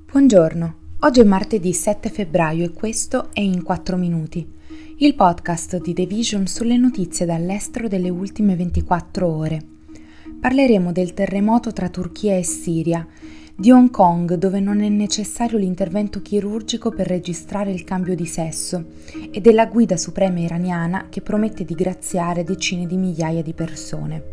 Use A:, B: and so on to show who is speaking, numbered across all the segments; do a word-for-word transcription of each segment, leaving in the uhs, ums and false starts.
A: Buongiorno, oggi è martedì sette febbraio e questo è In quattro minuti, il podcast di The Vision sulle notizie dall'estero delle ultime ventiquattro ore. Parleremo del terremoto tra Turchia e Siria, di Hong Kong dove non è necessario l'intervento chirurgico per registrare il cambio di sesso e della guida suprema iraniana che promette di graziare decine di migliaia di persone.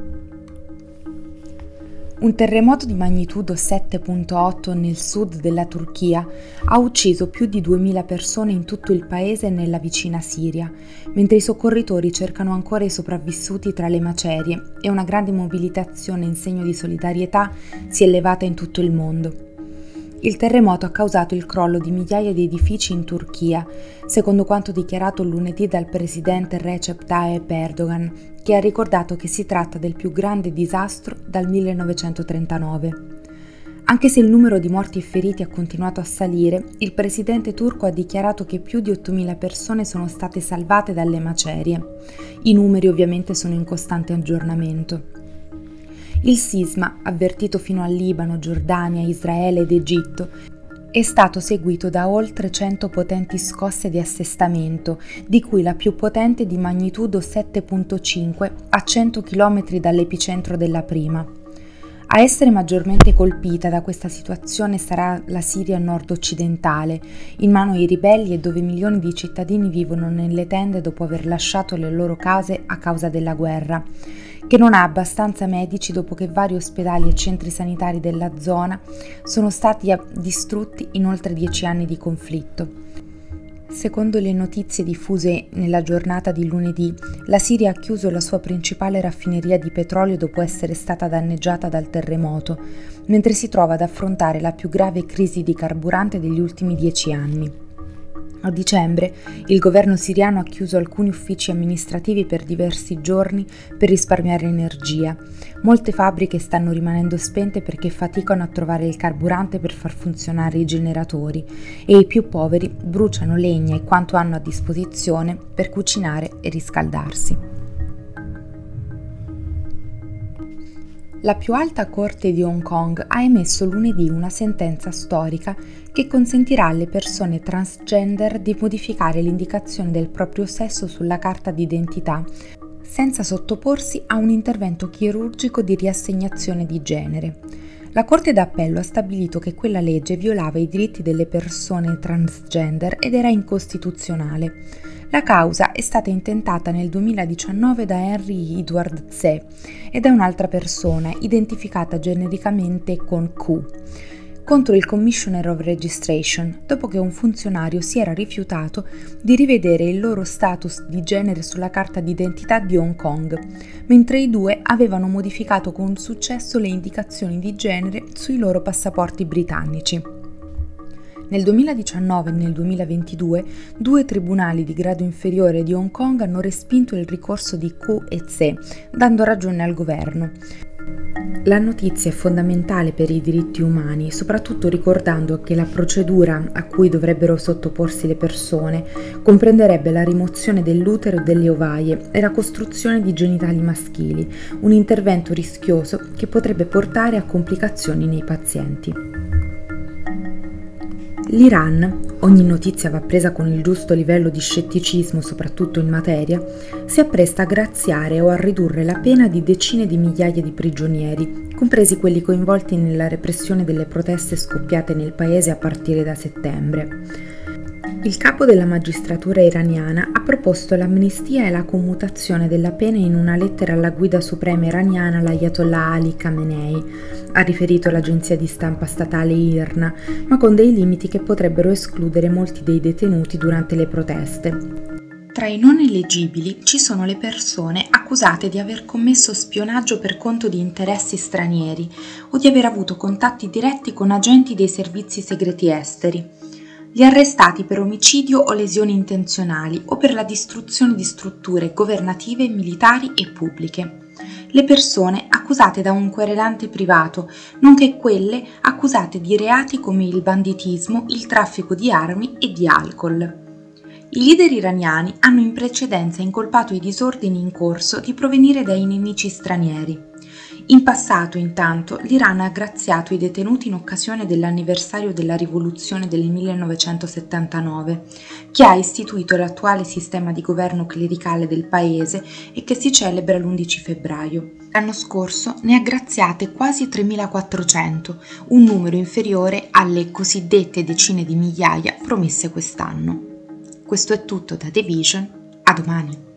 A: Un terremoto di magnitudo sette virgola otto nel sud della Turchia ha ucciso più di duemila persone in tutto il paese e nella vicina Siria, mentre i soccorritori cercano ancora i sopravvissuti tra le macerie e una grande mobilitazione in segno di solidarietà si è elevata in tutto il mondo. Il terremoto ha causato il crollo di migliaia di edifici in Turchia, secondo quanto dichiarato lunedì dal presidente Recep Tayyip Erdogan, che ha ricordato che si tratta del più grande disastro dal millenovecentotrentanove. Anche se il numero di morti e feriti ha continuato a salire, il presidente turco ha dichiarato che più di ottomila persone sono state salvate dalle macerie. I numeri ovviamente sono in costante aggiornamento. Il sisma, avvertito fino a Libano, Giordania, Israele ed Egitto, è stato seguito da oltre cento potenti scosse di assestamento, di cui la più potente di magnitudo sette virgola cinque a cento chilometri dall'epicentro della prima. A essere maggiormente colpita da questa situazione sarà la Siria nord-occidentale, in mano ai ribelli e dove milioni di cittadini vivono nelle tende dopo aver lasciato le loro case a causa della guerra, che non ha abbastanza medici dopo che vari ospedali e centri sanitari della zona sono stati distrutti in oltre dieci anni di conflitto. Secondo le notizie diffuse nella giornata di lunedì, la Siria ha chiuso la sua principale raffineria di petrolio dopo essere stata danneggiata dal terremoto, mentre si trova ad affrontare la più grave crisi di carburante degli ultimi dieci anni. A dicembre, il governo siriano ha chiuso alcuni uffici amministrativi per diversi giorni per risparmiare energia. Molte fabbriche stanno rimanendo spente perché faticano a trovare il carburante per far funzionare i generatori e i più poveri bruciano legna e quanto hanno a disposizione per cucinare e riscaldarsi. La più alta corte di Hong Kong ha emesso lunedì una sentenza storica che consentirà alle persone transgender di modificare l'indicazione del proprio sesso sulla carta d'identità senza sottoporsi a un intervento chirurgico di riassegnazione di genere. La Corte d'Appello ha stabilito che quella legge violava i diritti delle persone transgender ed era incostituzionale. La causa è stata intentata nel duemiladiciannove da Henry Edward Tse e da un'altra persona, identificata genericamente con Q, contro il Commissioner of Registration, dopo che un funzionario si era rifiutato di rivedere il loro status di genere sulla carta d'identità di Hong Kong, mentre i due avevano modificato con successo le indicazioni di genere sui loro passaporti britannici. Nel duemiladiciannove e nel duemilaventidue, due tribunali di grado inferiore di Hong Kong hanno respinto il ricorso di Q e Tse, dando ragione al governo. La notizia è fondamentale per i diritti umani, soprattutto ricordando che la procedura a cui dovrebbero sottoporsi le persone comprenderebbe la rimozione dell'utero e delle ovaie e la costruzione di genitali maschili, un intervento rischioso che potrebbe portare a complicazioni nei pazienti. L'Iran, ogni notizia va presa con il giusto livello di scetticismo soprattutto in materia, si appresta a graziare o a ridurre la pena di decine di migliaia di prigionieri, compresi quelli coinvolti nella repressione delle proteste scoppiate nel paese a partire da settembre. Il capo della magistratura iraniana ha proposto l'amnistia e la commutazione della pena in una lettera alla guida suprema iraniana, l'Ayatollah Ali Khamenei, ha riferito l'agenzia di stampa statale I R N A, ma con dei limiti che potrebbero escludere molti dei detenuti durante le proteste. Tra i non eleggibili ci sono le persone accusate di aver commesso spionaggio per conto di interessi stranieri o di aver avuto contatti diretti con agenti dei servizi segreti esteri. Gli arrestati per omicidio o lesioni intenzionali o per la distruzione di strutture governative, militari e pubbliche. Le persone accusate da un querelante privato, nonché quelle accusate di reati come il banditismo, il traffico di armi e di alcol. I leader iraniani hanno in precedenza incolpato i disordini in corso di provenire dai nemici stranieri. In passato, intanto, l'Iran ha graziato i detenuti in occasione dell'anniversario della rivoluzione del millenovecentosettantanove, che ha istituito l'attuale sistema di governo clericale del paese e che si celebra l'undici febbraio. L'anno scorso ne ha graziate quasi tremilaquattrocento, un numero inferiore alle cosiddette decine di migliaia promesse quest'anno. Questo è tutto da The Vision, a domani.